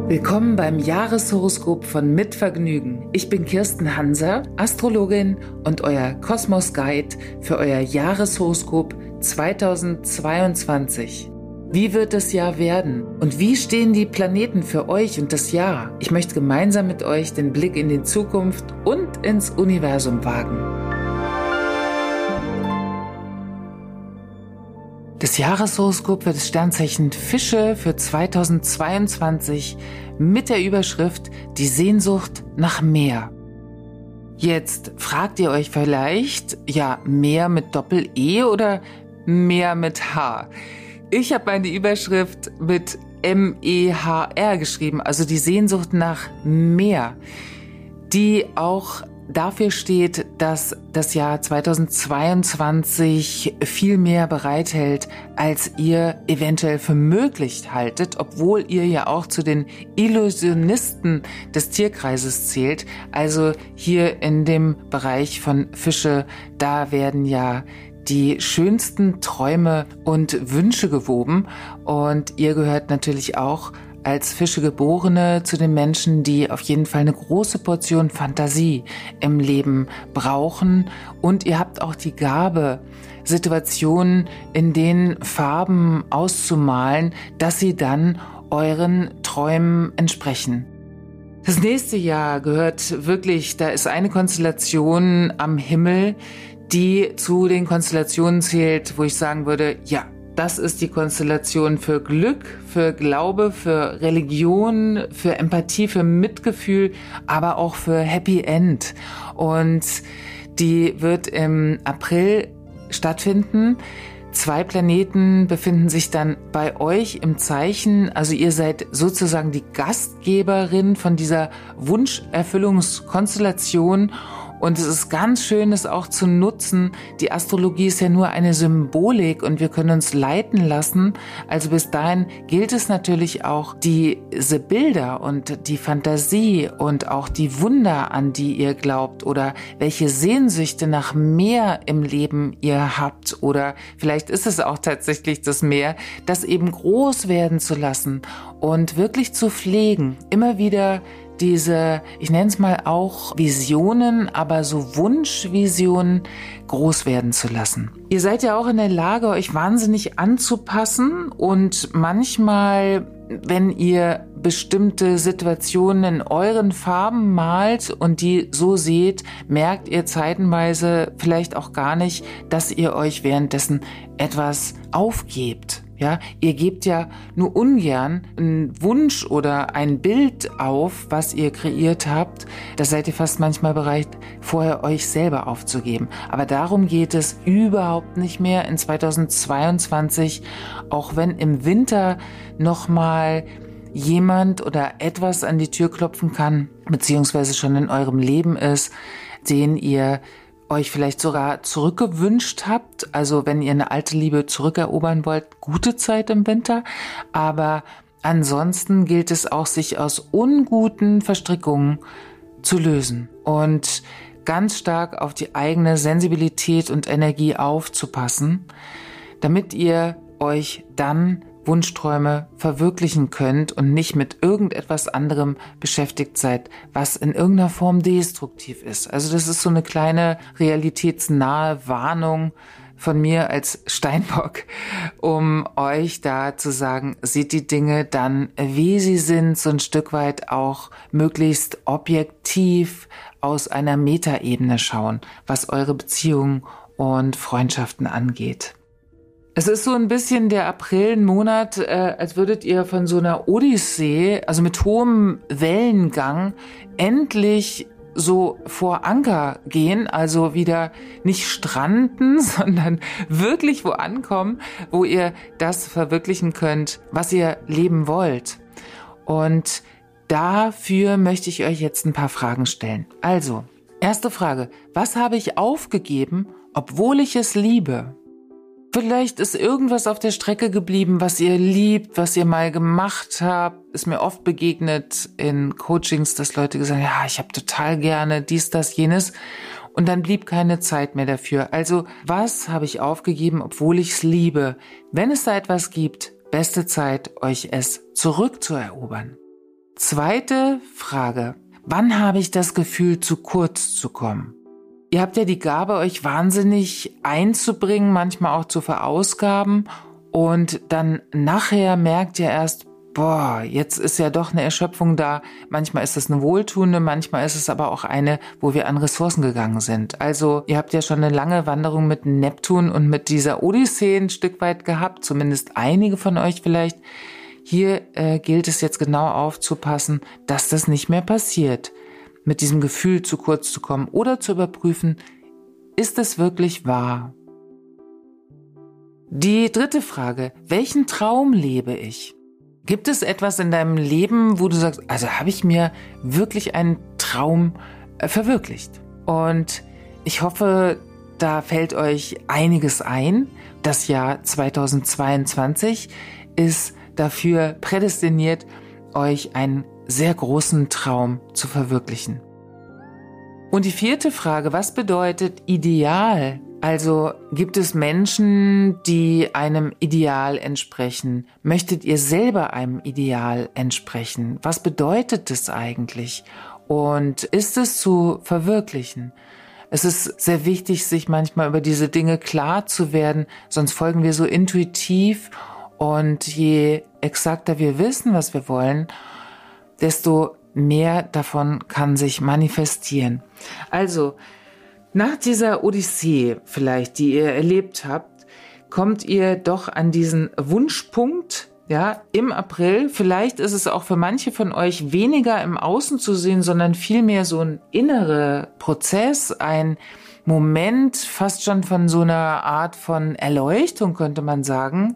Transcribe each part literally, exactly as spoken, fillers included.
Willkommen beim Jahreshoroskop von Mit Vergnügen. Ich bin Kirsten Hanser, Astrologin und euer Kosmos-Guide für euer Jahreshoroskop zweitausendzweiundzwanzig. Wie wird das Jahr werden? Und wie stehen die Planeten für euch und das Jahr? Ich möchte gemeinsam mit euch den Blick in die Zukunft und ins Universum wagen. Das Jahreshoroskop für das Sternzeichen Fische für zweitausendzweiundzwanzig mit der Überschrift Die Sehnsucht nach Meer. Jetzt fragt ihr euch vielleicht, ja, Meer mit Doppel-E oder Meer mit H? Ich habe meine Überschrift mit M E H R geschrieben, also die Sehnsucht nach Meer, die auch dafür steht, dass das Jahr zweitausendzweiundzwanzig viel mehr bereithält, als ihr eventuell für möglich haltet, obwohl ihr ja auch zu den Illusionisten des Tierkreises zählt. Also hier in dem Bereich von Fische, da werden ja die schönsten Träume und Wünsche gewoben und ihr gehört natürlich auch als Fischegeborene zu den Menschen, die auf jeden Fall eine große Portion Fantasie im Leben brauchen. Und ihr habt auch die Gabe, Situationen in den Farben auszumalen, dass sie dann euren Träumen entsprechen. Das nächste Jahr gehört wirklich, da ist eine Konstellation am Himmel, die zu den Konstellationen zählt, wo ich sagen würde, ja, das ist die Konstellation für Glück, für Glaube, für Religion, für Empathie, für Mitgefühl, aber auch für Happy End. Und die wird im April stattfinden. Zwei Planeten befinden sich dann bei euch im Zeichen. Also ihr seid sozusagen die Gastgeberin von dieser Wunscherfüllungskonstellation. Und es ist ganz schön, es auch zu nutzen. Die Astrologie ist ja nur eine Symbolik und wir können uns leiten lassen. Also bis dahin gilt es natürlich auch, diese Bilder und die Fantasie und auch die Wunder, an die ihr glaubt oder welche Sehnsüchte nach Meer im Leben ihr habt oder vielleicht ist es auch tatsächlich das Meer, das eben groß werden zu lassen und wirklich zu pflegen. Immer wieder diese, ich nenne es mal auch Visionen, aber so Wunschvisionen groß werden zu lassen. Ihr seid ja auch in der Lage, euch wahnsinnig anzupassen und manchmal, wenn ihr bestimmte Situationen in euren Farben malt und die so seht, merkt ihr zeitenweise vielleicht auch gar nicht, dass ihr euch währenddessen etwas aufgebt. Ja, ihr gebt ja nur ungern einen Wunsch oder ein Bild auf, was ihr kreiert habt. Da seid ihr fast manchmal bereit, vorher euch selber aufzugeben. Aber darum geht es überhaupt nicht mehr in zweitausendzweiundzwanzig, auch wenn im Winter nochmal jemand oder etwas an die Tür klopfen kann, beziehungsweise schon in eurem Leben ist, den ihr euch vielleicht sogar zurückgewünscht habt, also wenn ihr eine alte Liebe zurückerobern wollt, gute Zeit im Winter, aber ansonsten gilt es auch, sich aus unguten Verstrickungen zu lösen und ganz stark auf die eigene Sensibilität und Energie aufzupassen, damit ihr euch dann Wunschträume verwirklichen könnt und nicht mit irgendetwas anderem beschäftigt seid, was in irgendeiner Form destruktiv ist. Also das ist so eine kleine realitätsnahe Warnung von mir als Steinbock, um euch da zu sagen, seht die Dinge dann, wie sie sind, so ein Stück weit auch möglichst objektiv aus einer Metaebene schauen, was eure Beziehungen und Freundschaften angeht. Es ist so ein bisschen der Aprilmonat, äh, als würdet ihr von so einer Odyssee, also mit hohem Wellengang, endlich so vor Anker gehen, also wieder nicht stranden, sondern wirklich wo ankommen, wo ihr das verwirklichen könnt, was ihr leben wollt. Und dafür möchte ich euch jetzt ein paar Fragen stellen. Also, erste Frage, was habe ich aufgegeben, obwohl ich es liebe? Vielleicht ist irgendwas auf der Strecke geblieben, was ihr liebt, was ihr mal gemacht habt. Ist mir oft begegnet in Coachings, dass Leute gesagt haben, ja, ich habe total gerne dies, das, jenes. Und dann blieb keine Zeit mehr dafür. Also, was habe ich aufgegeben, obwohl ich es liebe? Wenn es da etwas gibt, beste Zeit, euch es zurückzuerobern. Zweite Frage. Wann habe ich das Gefühl, zu kurz zu kommen? Ihr habt ja die Gabe, euch wahnsinnig einzubringen, manchmal auch zu verausgaben und dann nachher merkt ihr erst, boah, jetzt ist ja doch eine Erschöpfung da. Manchmal ist es eine wohltuende, manchmal ist es aber auch eine, wo wir an Ressourcen gegangen sind. Also ihr habt ja schon eine lange Wanderung mit Neptun und mit dieser Odyssee ein Stück weit gehabt, zumindest einige von euch vielleicht. Hier äh, gilt es jetzt genau aufzupassen, dass das nicht mehr passiert, mit diesem Gefühl zu kurz zu kommen oder zu überprüfen, ist es wirklich wahr? Die dritte Frage, welchen Traum lebe ich? Gibt es etwas in deinem Leben, wo du sagst, also habe ich mir wirklich einen Traum äh, verwirklicht? Und ich hoffe, da fällt euch einiges ein. Das Jahr zweitausendzweiundzwanzig ist dafür prädestiniert, euch einen sehr großen Traum zu verwirklichen. Und die vierte Frage, was bedeutet Ideal? Also gibt es Menschen, die einem Ideal entsprechen? Möchtet ihr selber einem Ideal entsprechen? Was bedeutet das eigentlich? Und ist es zu verwirklichen? Es ist sehr wichtig, sich manchmal über diese Dinge klar zu werden, sonst folgen wir so intuitiv und je exakter wir wissen, was wir wollen, desto mehr davon kann sich manifestieren. Also, nach dieser Odyssee vielleicht, die ihr erlebt habt, kommt ihr doch an diesen Wunschpunkt, ja, im April. Vielleicht ist es auch für manche von euch weniger im Außen zu sehen, sondern vielmehr so ein innerer Prozess, ein Moment, fast schon von so einer Art von Erleuchtung, könnte man sagen,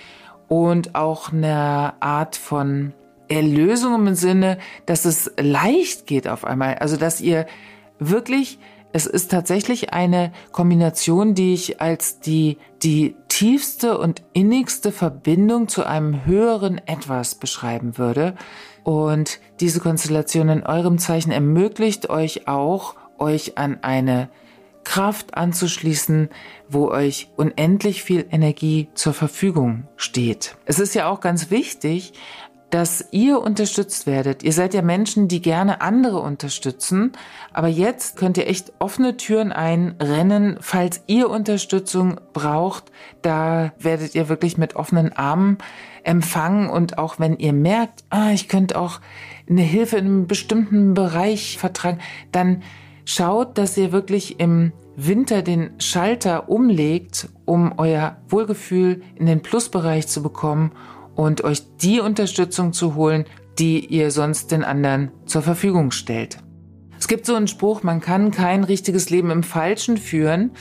und auch eine Art von Erlösung im Sinne, dass es leicht geht auf einmal. Also, dass ihr wirklich, es ist tatsächlich eine Kombination, die ich als die, die tiefste und innigste Verbindung zu einem höheren Etwas beschreiben würde. Und diese Konstellation in eurem Zeichen ermöglicht euch auch, euch an eine Kraft anzuschließen, wo euch unendlich viel Energie zur Verfügung steht. Es ist ja auch ganz wichtig, dass ihr unterstützt werdet. Ihr seid ja Menschen, die gerne andere unterstützen, aber jetzt könnt ihr echt offene Türen einrennen, falls ihr Unterstützung braucht. Da werdet ihr wirklich mit offenen Armen empfangen und auch wenn ihr merkt, ah, ich könnte auch eine Hilfe in einem bestimmten Bereich vertragen, dann schaut, dass ihr wirklich im Winter den Schalter umlegt, um euer Wohlgefühl in den Plusbereich zu bekommen und euch die Unterstützung zu holen, die ihr sonst den anderen zur Verfügung stellt. Es gibt so einen Spruch, man kann kein richtiges Leben im Falschen führen.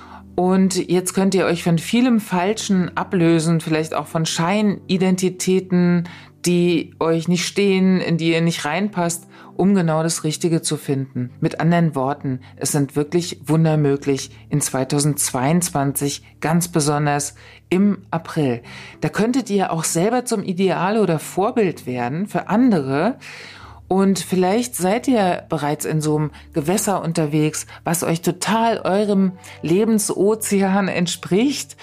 Und jetzt könnt ihr euch von vielem Falschen ablösen, vielleicht auch von Scheinidentitäten, die euch nicht stehen, in die ihr nicht reinpasst, um genau das Richtige zu finden. Mit anderen Worten, es sind wirklich Wunder möglich in zweitausendzweiundzwanzig, ganz besonders im April. Da könntet ihr auch selber zum Ideal oder Vorbild werden für andere. Und vielleicht seid ihr bereits in so einem Gewässer unterwegs, was euch total eurem Lebensozean entspricht.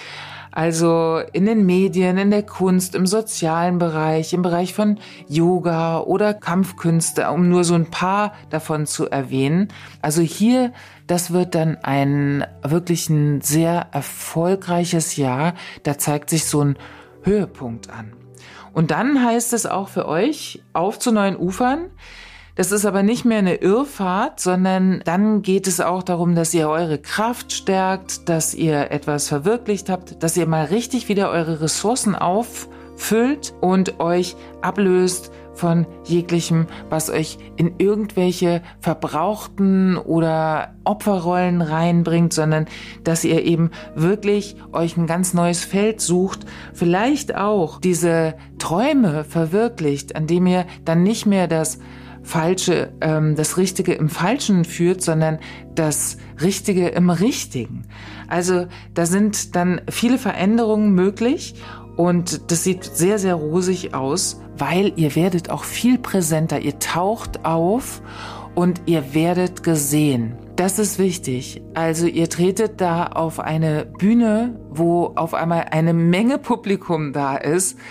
Also in den Medien, in der Kunst, im sozialen Bereich, im Bereich von Yoga oder Kampfkünste, um nur so ein paar davon zu erwähnen. Also hier, das wird dann ein wirklich ein sehr erfolgreiches Jahr. Da zeigt sich so ein Höhepunkt an. Und dann heißt es auch für euch, auf zu neuen Ufern. Das ist aber nicht mehr eine Irrfahrt, sondern dann geht es auch darum, dass ihr eure Kraft stärkt, dass ihr etwas verwirklicht habt, dass ihr mal richtig wieder eure Ressourcen auffüllt und euch ablöst von jeglichem, was euch in irgendwelche verbrauchten oder Opferrollen reinbringt, sondern dass ihr eben wirklich euch ein ganz neues Feld sucht, vielleicht auch diese Träume verwirklicht, an dem ihr dann nicht mehr das Falsche, ähm, das Richtige im Falschen führt, sondern das Richtige im Richtigen. Also da sind dann viele Veränderungen möglich und das sieht sehr, sehr rosig aus, weil ihr werdet auch viel präsenter. Ihr taucht auf und ihr werdet gesehen. Das ist wichtig. Also ihr tretet da auf eine Bühne, wo auf einmal eine Menge Publikum da ist.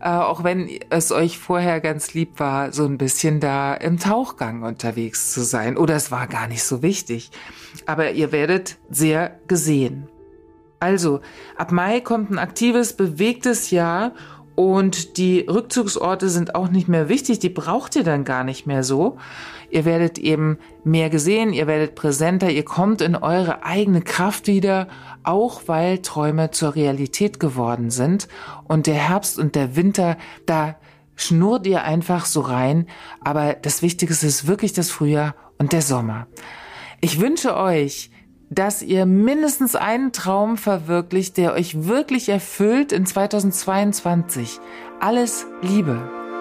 äh, auch wenn es euch vorher ganz lieb war, so ein bisschen da im Tauchgang unterwegs zu sein. Oder es war gar nicht so wichtig. Aber ihr werdet sehr gesehen. Also, ab Mai kommt ein aktives, bewegtes Jahr und die Rückzugsorte sind auch nicht mehr wichtig, die braucht ihr dann gar nicht mehr so. Ihr werdet eben mehr gesehen, ihr werdet präsenter, ihr kommt in eure eigene Kraft wieder, auch weil Träume zur Realität geworden sind. Und der Herbst und der Winter, da schnurrt ihr einfach so rein, aber das Wichtigste ist wirklich das Frühjahr und der Sommer. Ich wünsche euch, dass ihr mindestens einen Traum verwirklicht, der euch wirklich erfüllt in zweitausendzweiundzwanzig. Alles Liebe.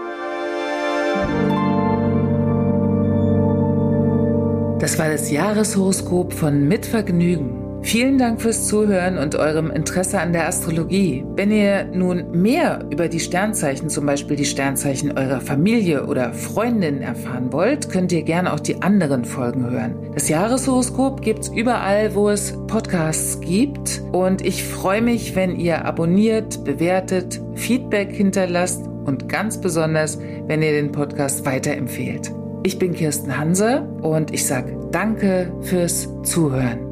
Das war das Jahreshoroskop von Mit Vergnügen. Vielen Dank fürs Zuhören und eurem Interesse an der Astrologie. Wenn ihr nun mehr über die Sternzeichen, zum Beispiel die Sternzeichen eurer Familie oder Freundin erfahren wollt, könnt ihr gerne auch die anderen Folgen hören. Das Jahreshoroskop gibt's überall, wo es Podcasts gibt. Und ich freue mich, wenn ihr abonniert, bewertet, Feedback hinterlasst und ganz besonders, wenn ihr den Podcast weiterempfehlt. Ich bin Kirsten Hanse und ich sage danke fürs Zuhören.